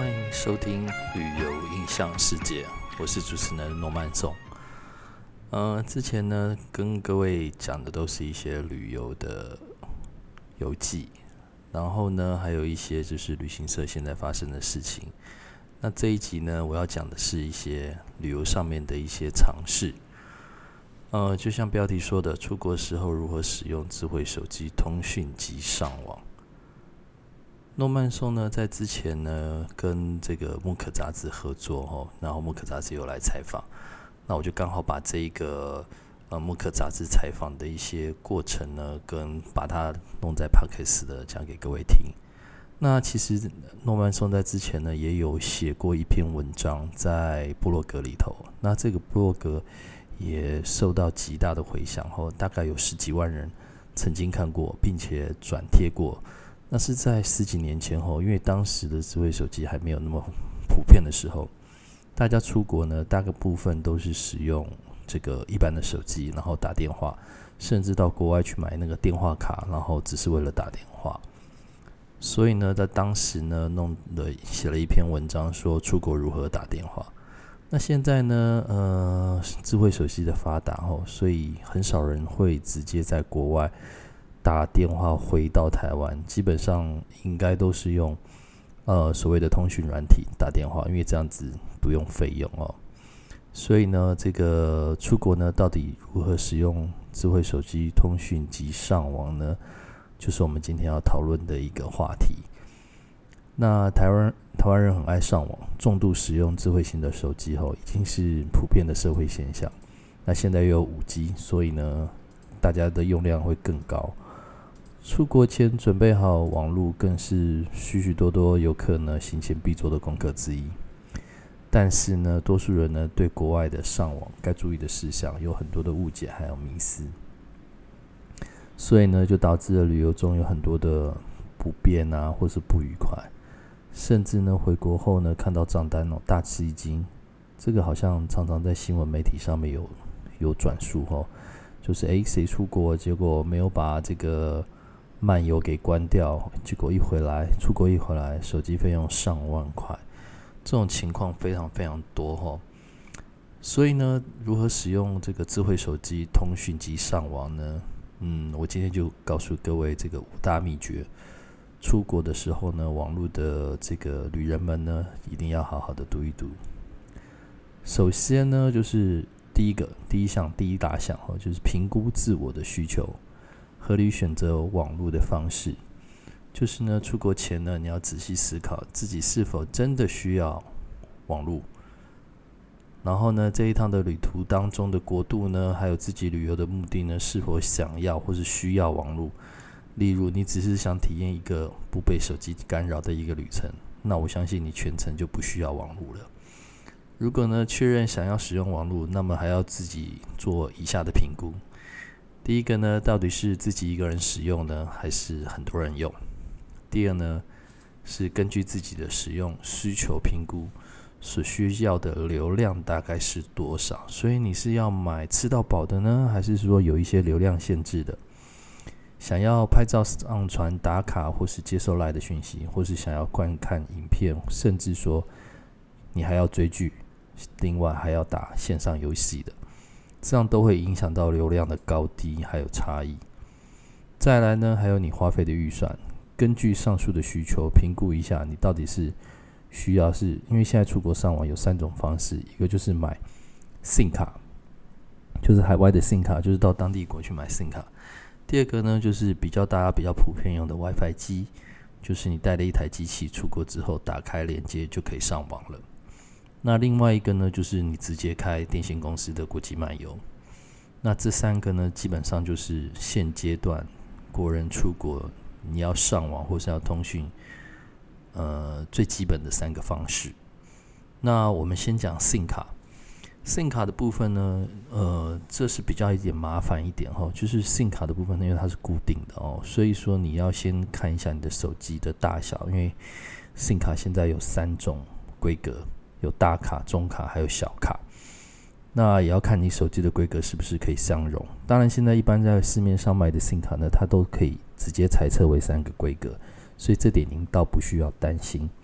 欢迎收听旅游印象世界，我是主持人诺曼颂。之前呢跟各位讲的都是一些旅游的游记，然后呢还有一些就是旅行社现在发生的事情。那这一集呢我要讲的是一些旅游上面的一些尝试。就像标题说的，出国时候如何使用智慧手机通讯及上网。诺曼颂呢，在之前呢跟这个木可杂志合作然后木可杂志有来采访，那我就刚好把这一个木可杂志采访的一些过程呢，跟把它弄在 Podcast 的讲给各位听。那其实诺曼颂在之前呢也有写过一篇文章在部落格里头，那这个部落格也受到极大的回响大概有10几万人曾经看过，并且转贴过。那是在10几年前因为当时的智慧手机还没有那么普遍的时候，大家出国呢，大概部分都是使用这个一般的手机，然后打电话，甚至到国外去买那个电话卡，然后只是为了打电话。所以呢，在当时呢，写了一篇文章说出国如何打电话。那现在呢，智慧手机的发达所以很少人会直接在国外打电话回到台湾，基本上应该都是用所谓的通讯软体打电话，因为这样子不用费用所以呢，这个出国呢，到底如何使用智慧手机通讯及上网呢？就是我们今天要讨论的一个话题。那台湾人很爱上网，重度使用智慧型的手机已经是普遍的社会现象。那现在又有 5G， 所以呢，大家的用量会更高。出国前准备好网路，更是许许多多游客呢行前必做的功课之一。但是呢，多数人呢对国外的上网该注意的事项有很多的误解还有迷思，所以呢就导致了旅游中有很多的不便或是不愉快，甚至呢回国后呢看到账单大吃一惊。这个好像常常在新闻媒体上面有转述就是谁出国结果没有把这个漫游给关掉，结果出国一回来手机费用上万块，这种情况非常非常多所以呢，如何使用这个智慧手机通讯及上网呢？我今天就告诉各位这个5大秘诀。出国的时候呢，网络的这个旅人们呢，一定要好好的读一读。首先呢，就是第一大项就是评估自我的需求，合理选择网络的方式。就是呢，出国前呢，你要仔细思考自己是否真的需要网络。然后呢，这一趟的旅途当中的国度呢，还有自己旅游的目的呢，是否想要或是需要网络。例如，你只是想体验一个不被手机干扰的一个旅程，那我相信你全程就不需要网络了。如果呢确认想要使用网络，那么还要自己做以下的评估。第一个呢，到底是自己一个人使用呢，还是很多人用？第二呢，是根据自己的使用需求评估所需要的流量大概是多少。所以你是要买吃到饱的呢，还是说有一些流量限制的？想要拍照上传打卡，或是接受 LINE 的讯息，或是想要观看影片，甚至说你还要追剧，另外还要打线上游戏的，这样都会影响到流量的高低还有差异。再来呢，还有你花费的预算，根据上述的需求评估一下，你到底是需要因为现在出国上网有3种方式，一个就是买 SIM 卡，就是海外的 SIM 卡，就是到当地国去买 SIM 卡。第二个呢，就是大家比较普遍用的 WiFi 机，就是你带了一台机器出国之后，打开连接就可以上网了。那另外一个呢，就是你直接开电信公司的国际漫游。那这3个呢，基本上就是现阶段国人出国你要上网或是要通讯，最基本的3个方式。那我们先讲 SIM 卡。SIM 卡的部分呢，这是比较一点麻烦一点就是 SIM 卡的部分呢，因为它是固定的所以说你要先看一下你的手机的大小，因为 SIM 卡现在有3种规格，有大卡、中卡还有小卡。那也要看你手机的规格是不是可以相容。当然，现在一般在市面上卖的 SIM 卡呢，它都可以直接裁测为3个规格，所以这点您倒不需要担心。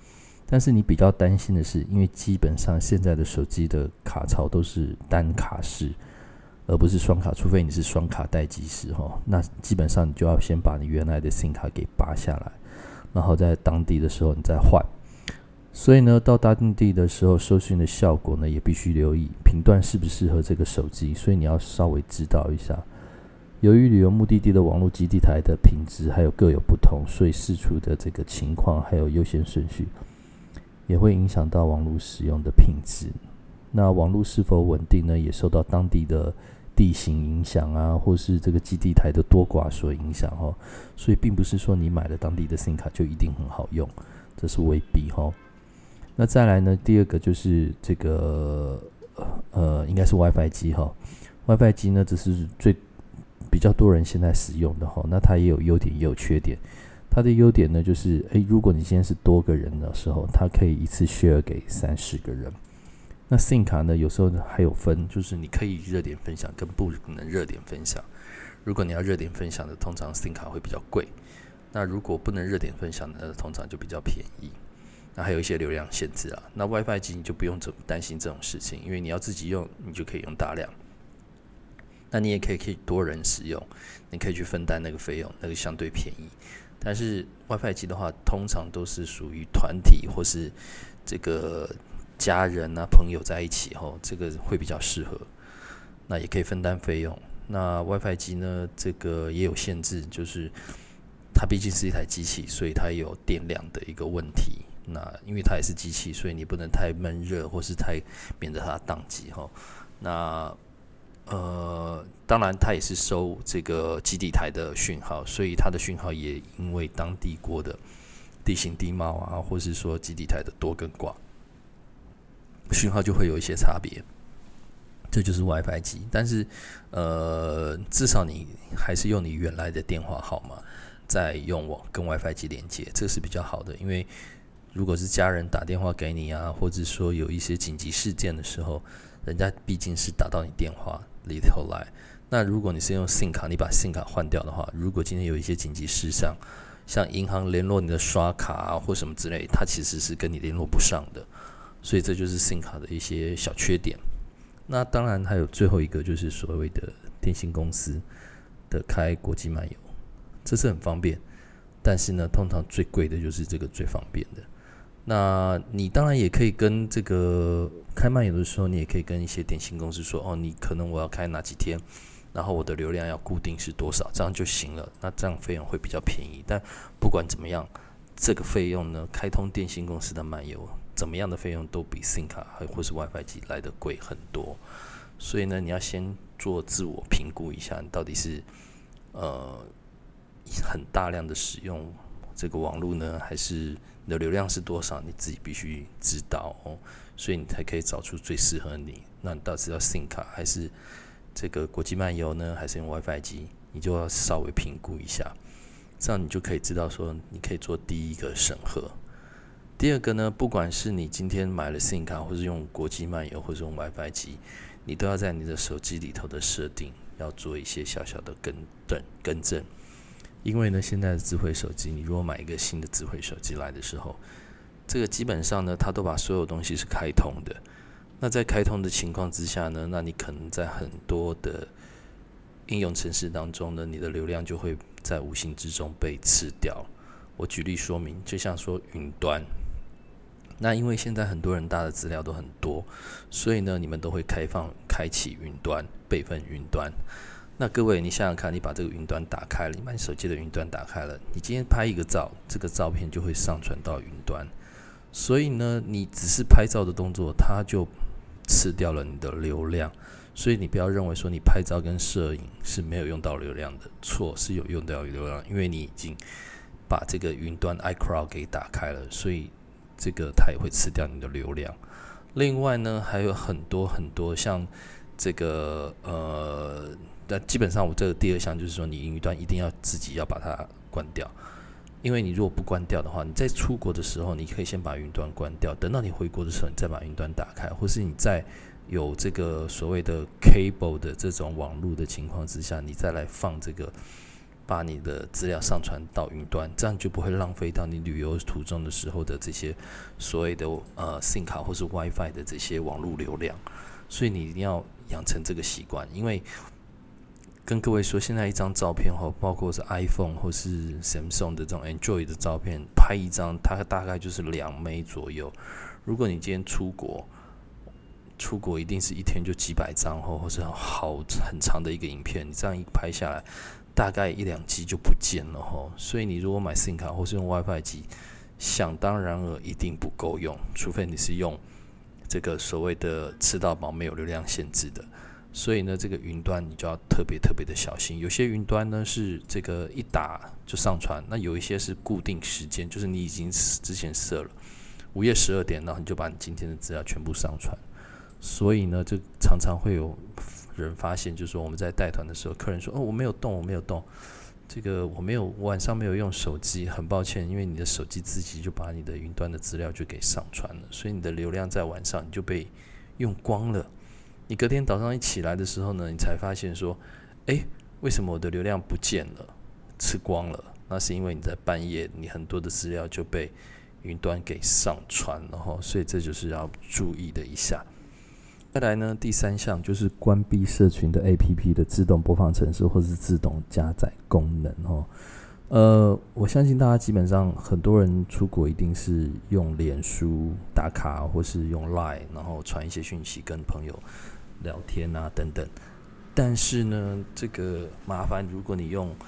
但是你比较担心的是，因为基本上现在的手机的卡槽都是单卡式，而不是双卡，除非你是双卡待机式那基本上你就要先把你原来的 SIM 卡给拔下来，然后在当地的时候你再换。所以呢，到当地的时候收讯的效果呢也必须留意频段适不适合这个手机，所以你要稍微知道一下。由于旅游目的地的网络基地台的品质还有各有不同，所以释出的这个情况还有优先顺序也会影响到网络使用的品质。那网络是否稳定呢，也受到当地的地形影响啊，或是这个基地台的多寡所影响所以并不是说你买了当地的 SIM 卡就一定很好用，这是未必那再来呢，第二个就是这个应该是 WiFi 机WiFi 机呢，这是比较多人现在使用的那它也有优点也有缺点。它的优点呢，就是如果你现在是多个人的时候，它可以一次 share 给30个人。那 SIM 卡呢，有时候还有分，就是你可以热点分享跟不能热点分享。如果你要热点分享的，通常 SIM 卡会比较贵。那如果不能热点分享的，通常就比较便宜。那还有一些流量限制那 WiFi 机你就不用担心这种事情，因为你要自己用，你就可以用大量。那你也可以多人使用，你可以去分担那个费用，那个相对便宜。但是 WiFi 机的话，通常都是属于团体或是这个家人朋友在一起这个会比较适合。那也可以分担费用。那 WiFi 机呢，这个也有限制，就是它毕竟是一台机器，所以它也有电量的一个问题。那因为它也是机器，所以你不能太闷热，或是免得它宕机那当然它也是收这个基地台的讯号，所以它的讯号也因为当地国的地形地貌或是说基地台的多跟寡，讯号就会有一些差别。这就是 WiFi 机。但是至少你还是用你原来的电话号码再用跟 WiFi 机连接，这是比较好的。因为如果是家人打电话给你或者说有一些紧急事件的时候，人家毕竟是打到你电话里头来。那如果你是用 SIM 卡，你把 SIM 卡换掉的话，如果今天有一些紧急事项，像银行联络你的刷卡或什么之类，它其实是跟你联络不上的。所以这就是 SIM 卡的一些小缺点。那当然还有最后一个，就是所谓的电信公司的开国际漫游，这是很方便，但是呢，通常最贵的就是这个最方便的。那你当然也可以跟这个开漫游的时候，你也可以跟一些电信公司说，你可能我要开哪几天，然后我的流量要固定是多少，这样就行了。那这样费用会比较便宜。但不管怎么样，这个费用呢，开通电信公司的漫游，怎么样的费用都比 SIM 卡或是 WiFi 机来得贵很多。所以呢，你要先做自我评估一下，你到底是很大量的使用这个网络呢，还是你的流量是多少，你自己必须知道所以你才可以找出最适合你。那你到底是要 SIM 卡还是这个国际漫游呢，还是用 WiFi 机，你就要稍微评估一下，这样你就可以知道说你可以做第一个审核。第二个呢，不管是你今天买了 SIM 卡，或是用国际漫游，或是用 WiFi 机，你都要在你的手机里头的设定要做一些小小的更正。因为呢，现在的智慧手机，你如果买一个新的智慧手机来的时候，这个基本上呢，它都把所有东西是开通的。那在开通的情况之下呢，那你可能在很多的应用程式当中呢，你的流量就会在无形之中被吃掉。我举例说明，就像说云端，那因为现在很多人大的资料都很多，所以呢，你们都会开启云端，备份云端。那各位，你想想看，你把这个云端打开了，你把你手机的云端打开了，你今天拍一个照，这个照片就会上传到云端。所以呢，你只是拍照的动作，它就吃掉了你的流量。所以你不要认为说你拍照跟摄影是没有用到流量的，错，是有用到流量，因为你已经把这个云端 iCloud 给打开了，所以这个它也会吃掉你的流量。另外呢，还有很多很多像这个那基本上我这个第二项就是说，你云端一定要自己要把它关掉，因为你如果不关掉的话，你在出国的时候，你可以先把云端关掉，等到你回国的时候，你再把云端打开，或是你在有这个所谓的 cable 的这种网络的情况之下，你再来放这个把你的资料上传到云端，这样就不会浪费到你旅游途中的时候的这些所谓的SIM 卡或是 WiFi 的这些网络流量。所以你一定要养成这个习惯，因为跟各位说，现在一张照片包括是 iPhone 或是 Samsung 的这种 Android 的照片，拍一张它大概就是2枚左右。如果你今天出国一定是一天就几百张或是很长的一个影片，你这样一拍下来，大概1-2 G 就不见了所以你如果买 SIM 卡或是用 WiFi 机，想当然尔一定不够用，除非你是用这个所谓的吃到饱没有流量限制的。所以呢，这个云端你就要特别的小心。有些云端呢是这个一打就上传，那有一些是固定时间，就是你已经之前设了午夜12点，然后你就把你今天的资料全部上传。所以呢，这常常会有人发现，就是说我们在带团的时候，客人说我没有动，这个我晚上没有用手机，很抱歉，因为你的手机自己就把你的云端的资料就给上传了，所以你的流量在晚上你就被用光了。你隔天早上一起来的时候呢，你才发现说，为什么我的流量不见了，吃光了？那是因为你在半夜，你很多的资料就被云端给上传了所以这就是要注意的一下。再来呢，第3项就是关闭社群的 APP 的自动播放程式或是自动加载功能我相信大家基本上很多人出国一定是用脸书打卡，或是用 LINE 然后传一些讯息跟朋友聊天啊等等。但是呢，这个麻烦，如果你用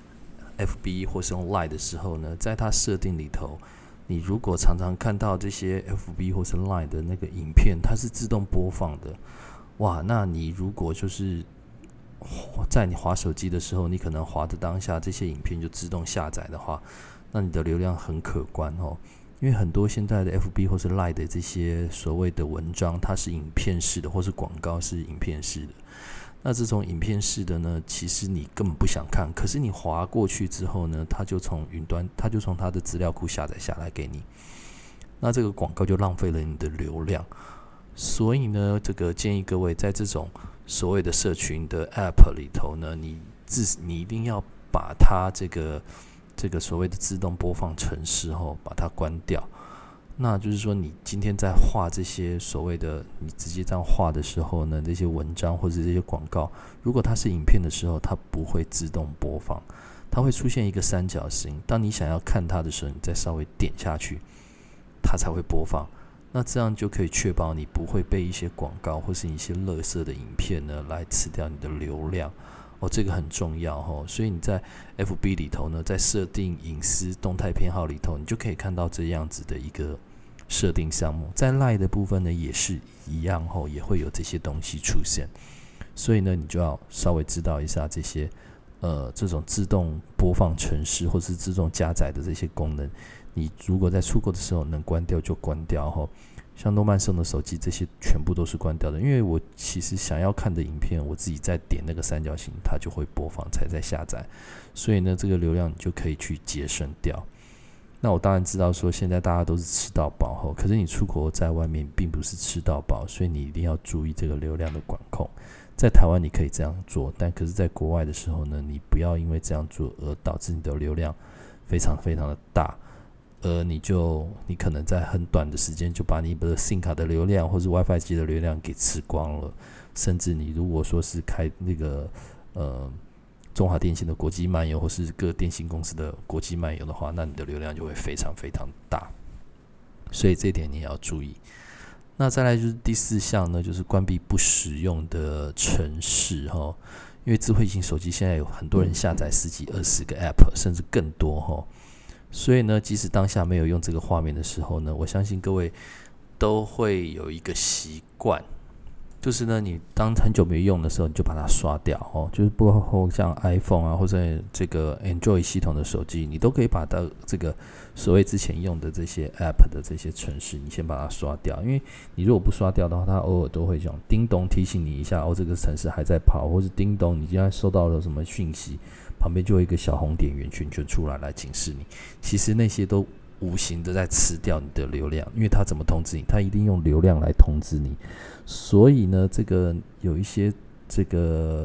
FB 或是用 LINE 的时候呢，在它设定里头，你如果常常看到这些 FB 或是 LINE 的那个影片，它是自动播放的，哇，那你如果就是在你滑手机的时候，你可能滑的当下这些影片就自动下载的话，那你的流量很可观因为很多现在的 FB 或是 LINE 的这些所谓的文章，它是影片式的，或是广告是影片式的。那这种影片式的呢，其实你根本不想看，可是你滑过去之后呢，它就从云端，它就从它的资料库下载下来给你。那这个广告就浪费了你的流量。所以呢，这个建议各位在这种所谓的社群的 App 里头呢，你一定要把它这个所谓的自动播放程式把它关掉。那就是说，你今天在画这些所谓的你直接这样画的时候呢，这些文章或者这些广告，如果它是影片的时候，它不会自动播放，它会出现一个三角形。当你想要看它的时候，你再稍微点下去，它才会播放。那这样就可以确保你不会被一些广告或是一些垃圾的影片呢来吃掉你的流量这个很重要所以你在 FB 里头呢，在设定隐私动态偏好里头，你就可以看到这样子的一个设定项目。在 LINE 的部分呢也是一样也会有这些东西出现。所以呢，你就要稍微知道一下这些这种自动播放程式或是自动加载的这些功能，你如果在出国的时候能关掉就关掉像诺曼松的手机这些全部都是关掉的，因为我其实想要看的影片，我自己再点那个三角形，它就会播放才在下载，所以呢，这个流量你就可以去节省掉。那我当然知道说现在大家都是吃到饱可是你出国在外面并不是吃到饱，所以你一定要注意这个流量的管控。在台湾你可以这样做，但可是在国外的时候呢，你不要因为这样做而导致你的流量非常的大，你可能在很短的时间就把你的 SIM 卡的流量或是 WiFi 机的流量给吃光了，甚至你如果说是开那个中华电信的国际漫游或是各电信公司的国际漫游的话，那你的流量就会非常大，所以这一点你也要注意。那再来就是第4项呢，就是关闭不实用的程式因为智慧型手机现在有很多人下载10几20个 App 甚至更多所以呢，即使当下没有用这个画面的时候呢，我相信各位都会有一个习惯，就是呢，你当很久没用的时候，你就把它刷掉就是包括像 iPhone 啊，或者这个 Android 系统的手机，你都可以把它这个所谓之前用的这些 App 的这些程式，你先把它刷掉，因为你如果不刷掉的话，它偶尔都会这样叮咚提醒你一下这个程式还在跑，或是叮咚你今天收到了什么讯息，旁边就有一个小红点圆圈圈出来警示你。其实那些都无形的在吃掉你的流量，因为它怎么通知你？它一定用流量来通知你。所以呢，这个有一些这个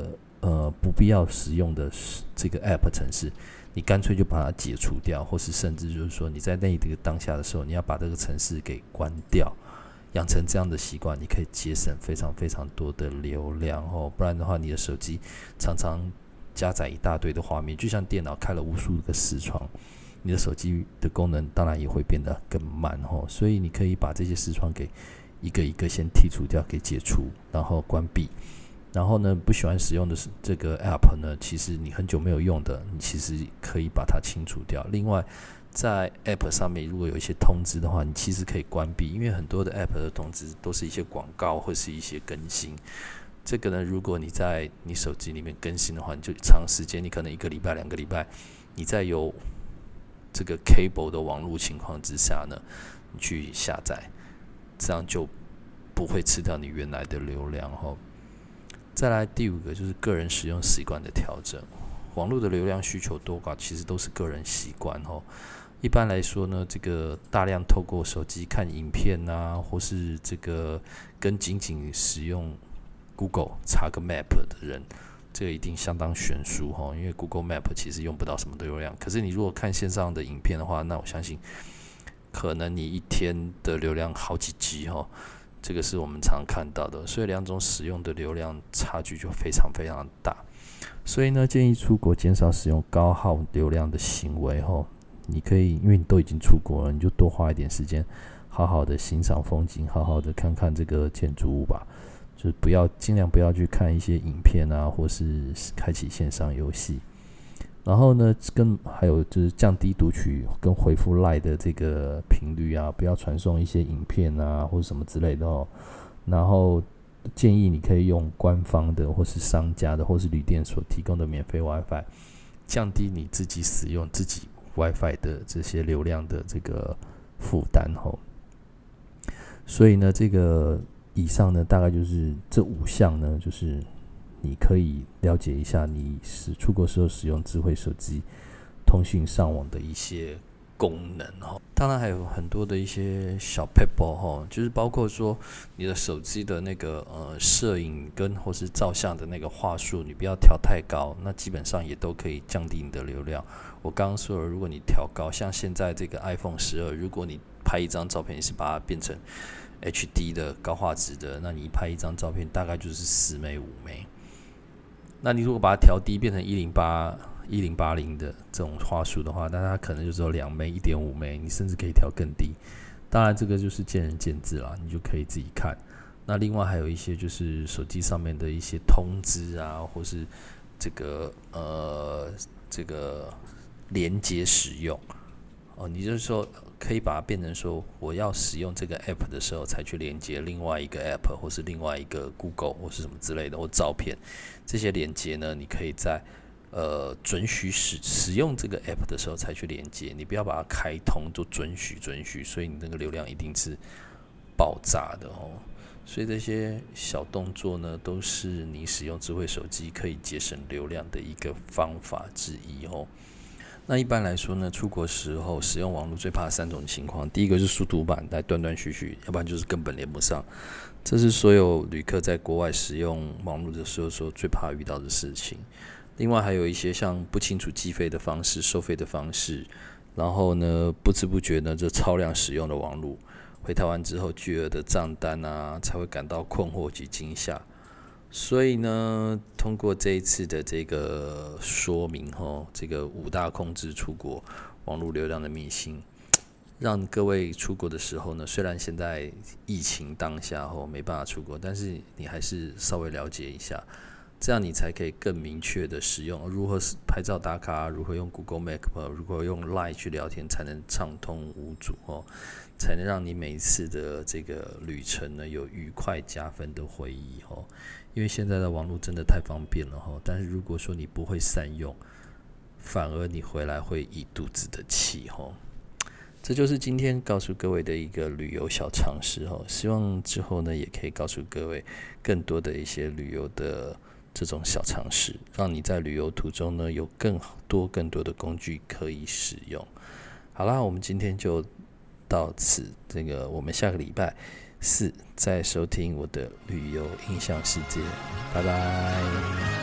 不必要使用的这个 App 程式，你干脆就把它解除掉，或是甚至就是说你在那个当下的时候，你要把这个程式给关掉，养成这样的习惯，你可以节省非常非常多的流量不然的话，你的手机常常加载一大堆的画面，就像电脑开了无数个视窗，你的手机的功能当然也会变得更慢所以你可以把这些视窗给一个一个先剔除掉，给解除，然后关闭。然后呢，不喜欢使用的这个 App 呢，其实你很久没有用的，你其实可以把它清除掉。另外，在 App 上面如果有一些通知的话，你其实可以关闭，因为很多的 App 的通知都是一些广告或是一些更新。这个呢，如果你在你手机里面更新的话，你就长时间，你可能1个礼拜、2个礼拜，你在有这个 cable 的网络情况之下呢，你去下载，这样就不会吃掉你原来的流量再来第5个就是个人使用习惯的调整。网络的流量需求多寡其实都是个人习惯一般来说呢，这个大量透过手机看影片啊，或是这个跟仅仅使用 Google 查个 Map 的人，这个一定相当悬殊因为 Google Map 其实用不到什么流量。可是你如果看线上的影片的话，那我相信可能你一天的流量好几 G这个是我们常看到的，所以两种使用的流量差距就非常非常大。所以呢，建议出国减少使用高耗流量的行为你可以，因为你都已经出国了，你就多花一点时间，好好的欣赏风景，好好的看看这个建筑物吧。就是尽量不要去看一些影片啊，或是开启线上游戏。然后呢，还有就是降低读取跟回复 LINE 的这个频率啊，不要传送一些影片啊或者什么之类的然后建议你可以用官方的或是商家的或是旅店所提供的免费 WiFi， 降低你自己使用自己 WiFi 的这些流量的这个负担所以呢，这个以上呢，大概就是这5项呢，就是你可以了解一下你出国时候使用智慧手机通讯上网的一些功能当然还有很多的一些小 撇步就是包括说你的手机的那个摄影跟或是照相的那个画素，你不要调太高，那基本上也都可以降低你的流量。我刚刚说了，如果你调高，像现在这个 iPhone 12，如果你拍一张照片，你是把它变成 HD 的高画质的，那你拍一张照片大概就是4枚5枚。那你如果把它调低变成1080的这种画素的话，那它可能就只有2枚、1.5枚，你甚至可以调更低。当然这个就是见仁见智啦，你就可以自己看。那另外还有一些就是手机上面的一些通知啊，或是这个连接使用你就是说可以把它变成说，我要使用这个 app 的时候才去连接另外一个 app， 或是另外一个 Google 或是什么之类的，或照片这些连接呢，你可以在准许使用这个 app 的时候才去连接，你不要把它开通就准许，所以你那个流量一定是爆炸的所以这些小动作呢，都是你使用智慧手机可以节省流量的一个方法之一那一般来说呢，出国时候使用网络最怕3种情况，第一个是速度慢，来断断续续，要不然就是根本连不上。这是所有旅客在国外使用网络的时候最怕遇到的事情。另外还有一些像不清楚计费的方式、收费的方式，然后呢不知不觉呢这超量使用的网络，回台湾之后巨额的账单啊，才会感到困惑及惊吓。所以呢，通过这一次的这个说明这个5大控制出国网络流量的秘辛，让各位出国的时候呢，虽然现在疫情当下没办法出国，但是你还是稍微了解一下，这样你才可以更明确的使用如何拍照打卡，如何用 Google Map， 如何用 LINE 去聊天才能畅通无阻才能让你每一次的这个旅程呢有愉快加分的回忆因为现在的网络真的太方便了但是如果说你不会善用，反而你回来会一肚子的气这就是今天告诉各位的一个旅游小常识希望之后呢也可以告诉各位更多的一些旅游的这种小常识，让你在旅游途中呢有更多的工具可以使用。好啦，我们今天就到此，我们下个礼拜4再收听我的旅游印象世界，拜拜。